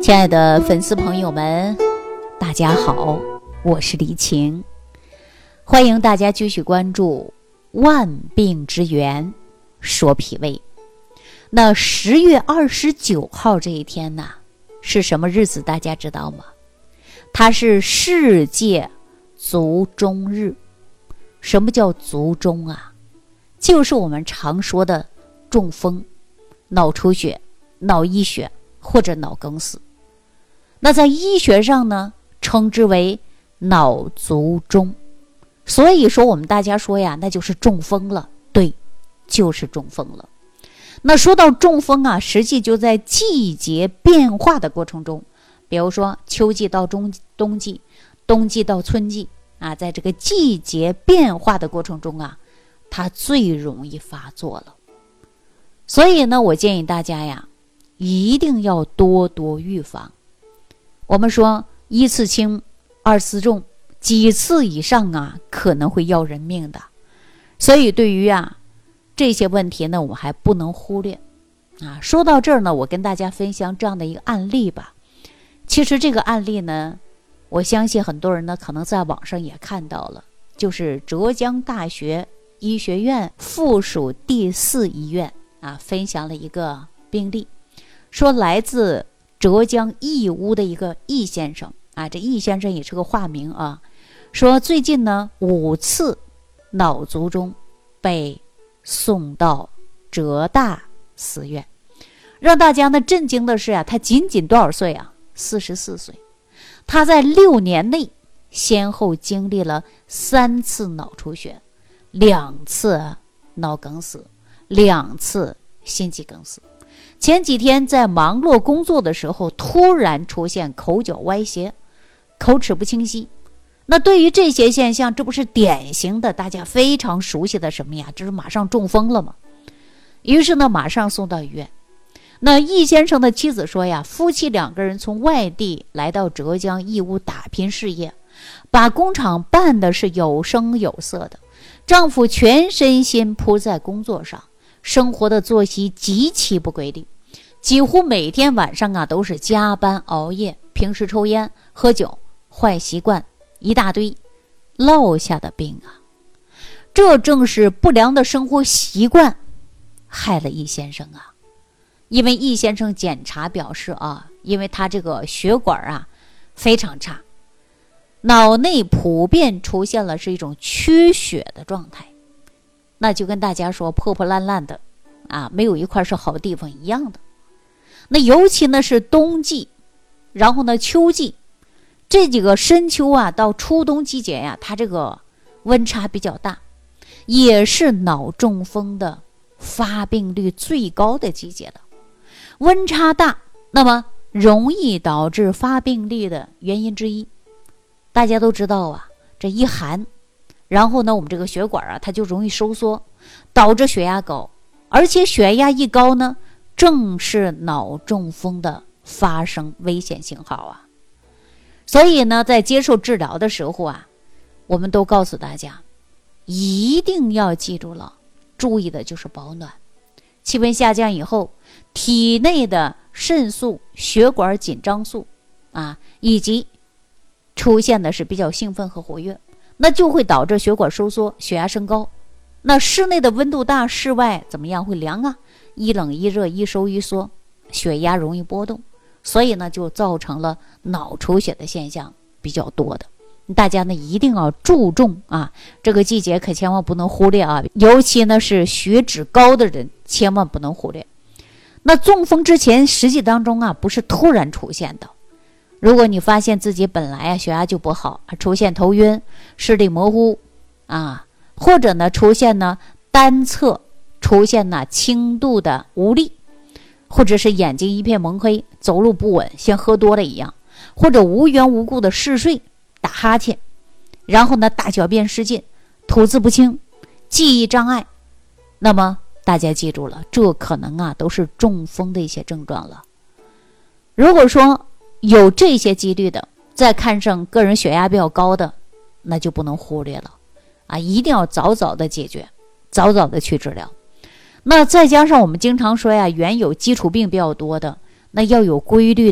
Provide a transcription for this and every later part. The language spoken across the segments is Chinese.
亲爱的粉丝朋友们，大家好，我是李晴，欢迎大家继续关注万病之源说脾胃。那10月29号这一天呢，是什么日子大家知道吗？它是世界卒中日。什么叫卒中啊？就是我们常说的中风、脑出血、脑溢血或者脑梗死。那在医学上呢，称之为脑卒中。所以说我们大家说呀，那就是中风了。对，就是中风了。那说到中风啊，实际就在季节变化的过程中，比如说秋季到冬季，冬季到春季啊，在这个季节变化的过程中啊，它最容易发作了。所以呢，我建议大家呀，一定要多多预防。我们说一次轻二次重，几次以上啊，可能会要人命的。所以对于这些问题呢，我们还不能忽略啊。说到这儿呢，我跟大家分享这样的一个案例吧。其实这个案例呢，我相信很多人呢可能在网上也看到了，就是浙江大学医学院附属第4医院分享了一个病例，说来自浙江义乌的一个易先生这易先生也是个化名说最近呢5次脑卒中被送到浙大4院。让大家呢震惊的是他仅多少岁44岁。他在6年内先后经历了3次脑出血，2次脑梗死，2次心肌梗死。前几天在忙碌工作的时候，突然出现口角歪斜，口齿不清晰。那对于这些现象，这不是典型的大家非常熟悉的什么呀？这是马上中风了吗？于是呢，马上送到医院。那易先生的妻子说呀，夫妻2个人从外地来到浙江义乌打拼事业，把工厂办的是有声有色的，丈夫全身心扑在工作上，生活的作息极其不规律，几乎每天晚上都是加班熬夜，平时抽烟喝酒，坏习惯一大堆，落下的病这正是不良的生活习惯害了易先生因为易先生检查表示因为他这个血管非常差，脑内普遍出现了是一种缺血的状态，那就跟大家说破破烂烂的没有一块是好地方一样的。那尤其呢是冬季，然后呢秋季，这几个深秋到初冬季节它这个温差比较大，也是脑中风的发病率最高的季节了。温差大，那么容易导致发病率的原因之一。大家都知道这一寒，然后呢我们这个血管它就容易收缩，导致血压高，而且血压一高呢，正是脑中风的发生危险信号所以呢在接受治疗的时候我们都告诉大家一定要记住了，注意的就是保暖。气温下降以后，体内的肾素、血管紧张素以及出现的是比较兴奋和活跃，那就会导致血管收缩，血压升高。那室内的温度大，室外怎么样会凉一冷一热，一收一缩，血压容易波动，所以呢就造成了脑出血的现象比较多的。大家呢一定要注重这个季节可千万不能忽略尤其呢是血脂高的人千万不能忽略。那中风之前实际当中不是突然出现的，如果你发现自己本来血压就不好，出现头晕、视力模糊或者呢出现呢单侧出现轻度的无力，或者是眼睛一片蒙黑，走路不稳，像喝多了一样，或者无缘无故的嗜睡、打哈欠，然后呢大小便失禁、吐字不清、记忆障碍，那么大家记住了，这可能都是中风的一些症状了。如果说有这些几率的，再看上个人血压比较高的，那就不能忽略了一定要早早的解决，早早的去治疗。那再加上我们经常说原有基础病比较多的，那要有规律的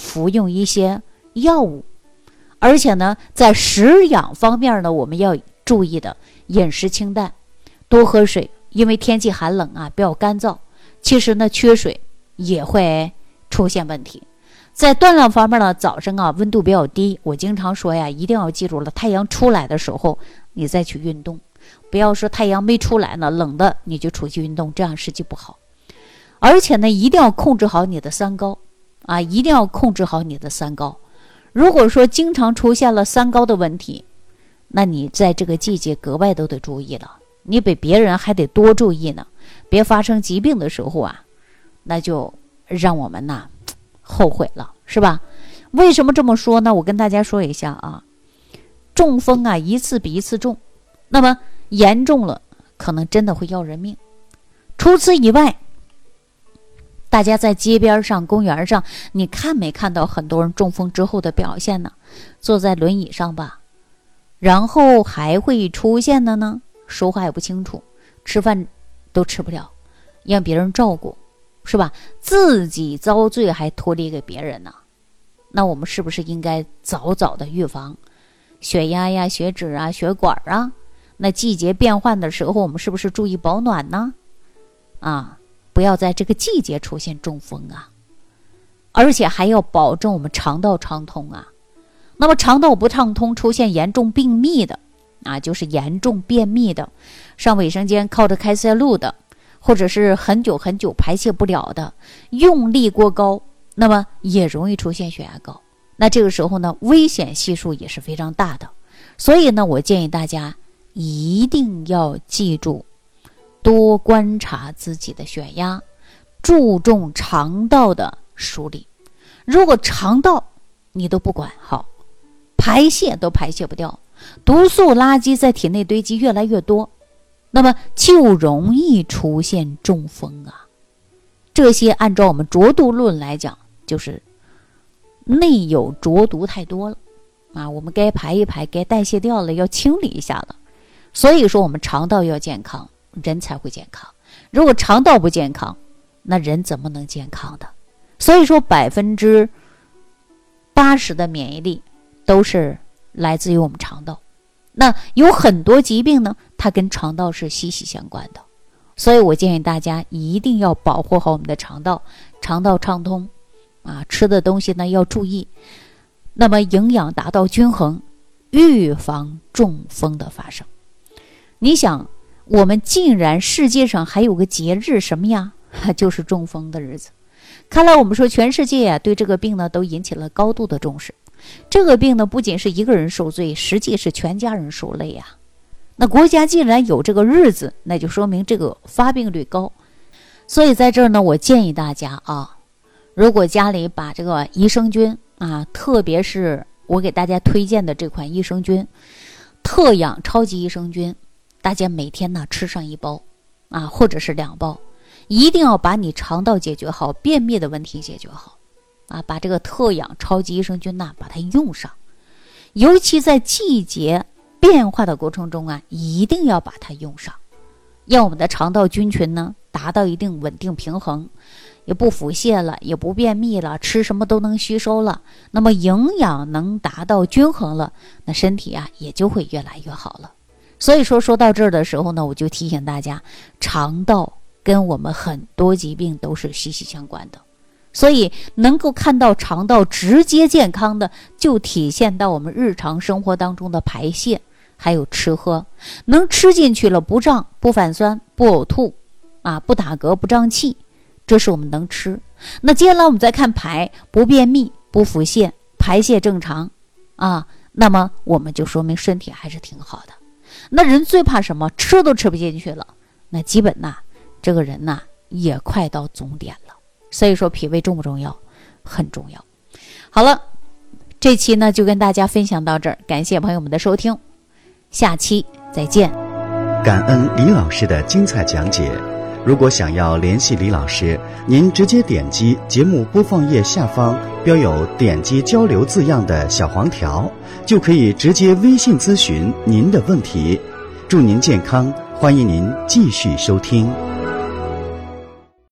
服用一些药物。而且呢，在食养方面呢，我们要注意的，饮食清淡，多喝水，因为天气寒冷啊，比较干燥，其实呢缺水也会出现问题。在锻炼方面呢，早上啊温度比较低，我经常说呀，一定要记住了，太阳出来的时候你再去运动，不要说太阳没出来呢，冷的你就出去运动，这样实际不好。而且呢，一定要控制好你的三高啊，一定要控制好你的三高。如果说经常出现了三高的问题，那你在这个季节格外都得注意了，你比别人还得多注意呢，别发生疾病的时候啊，那就让我们呐后悔了，是吧？为什么这么说呢？我跟大家说一下啊，中风啊一次比一次重，那么严重了可能真的会要人命。除此以外，大家在街边上、公园上，你看没看到很多人中风之后的表现呢？坐在轮椅上吧，然后还会出现的呢，说话也不清楚，吃饭都吃不了，让别人照顾，是吧？自己遭罪还拖累给别人呢。那我们是不是应该早早的预防血压呀、血脂啊、血管啊？那季节变换的时候，我们是不是注意保暖呢？啊，不要在这个季节出现中风啊，而且还要保证我们肠道畅通啊。那么肠道不畅通，出现严重便秘的啊，就是严重便秘的，上卫生间靠着开塞露的，或者是很久很久排泄不了的，用力过高，那么也容易出现血压高。那这个时候呢，危险系数也是非常大的。所以呢，我建议大家一定要记住，多观察自己的血压，注重肠道的梳理。如果肠道你都不管好，排泄都排泄不掉，毒素垃圾在体内堆积越来越多，那么就容易出现中风啊。这些按照我们浊毒论来讲，就是内有浊毒太多了啊，我们该排一排，该代谢掉了，要清理一下了。所以说我们肠道要健康，人才会健康。如果肠道不健康，那人怎么能健康的？所以说80%的免疫力都是来自于我们肠道。那有很多疾病呢，它跟肠道是息息相关的。所以我建议大家一定要保护好我们的肠道，肠道畅通啊，吃的东西呢要注意，那么营养达到均衡，预防中风的发生。你想，我们竟然世界上还有个节日什么呀？就是中风的日子。看来我们说全世界对这个病呢都引起了高度的重视。这个病呢不仅是一个人受罪，实际是全家人受累呀。那国家既然有这个日子，那就说明这个发病率高。所以在这儿呢，我建议大家啊，如果家里把这个益生菌啊，特别是我给大家推荐的这款益生菌特养超级益生菌，大家每天呢吃上1包啊，或者是2包，一定要把你肠道解决好，便秘的问题解决好啊，把这个特养超级益生菌把它用上。尤其在季节变化的过程中啊，一定要把它用上，让我们的肠道菌群呢达到一定稳定平衡，也不腹泻了，也不便秘了，吃什么都能吸收了，那么营养能达到均衡了，那身体也就会越来越好了。所以说到这儿的时候呢，我就提醒大家，肠道跟我们很多疾病都是息息相关的。所以能够看到肠道直接健康的，就体现到我们日常生活当中的排泄还有吃喝，能吃进去了不胀不反酸不呕吐啊，不打嗝不胀气，这是我们能吃。那接下来我们再看排，不便秘不腹泻，排泄正常啊，那么我们就说明身体还是挺好的。那人最怕什么？吃都吃不进去了，那基本这个人也快到终点了。所以说脾胃重不重要？很重要。好了，这期呢就跟大家分享到这儿，感谢朋友们的收听，下期再见。 感恩李老师的精彩讲解。如果想要联系李老师，您直接点击节目播放页下方标有点击交流字样的小黄条，就可以直接微信咨询您的问题。祝您健康，欢迎您继续收听。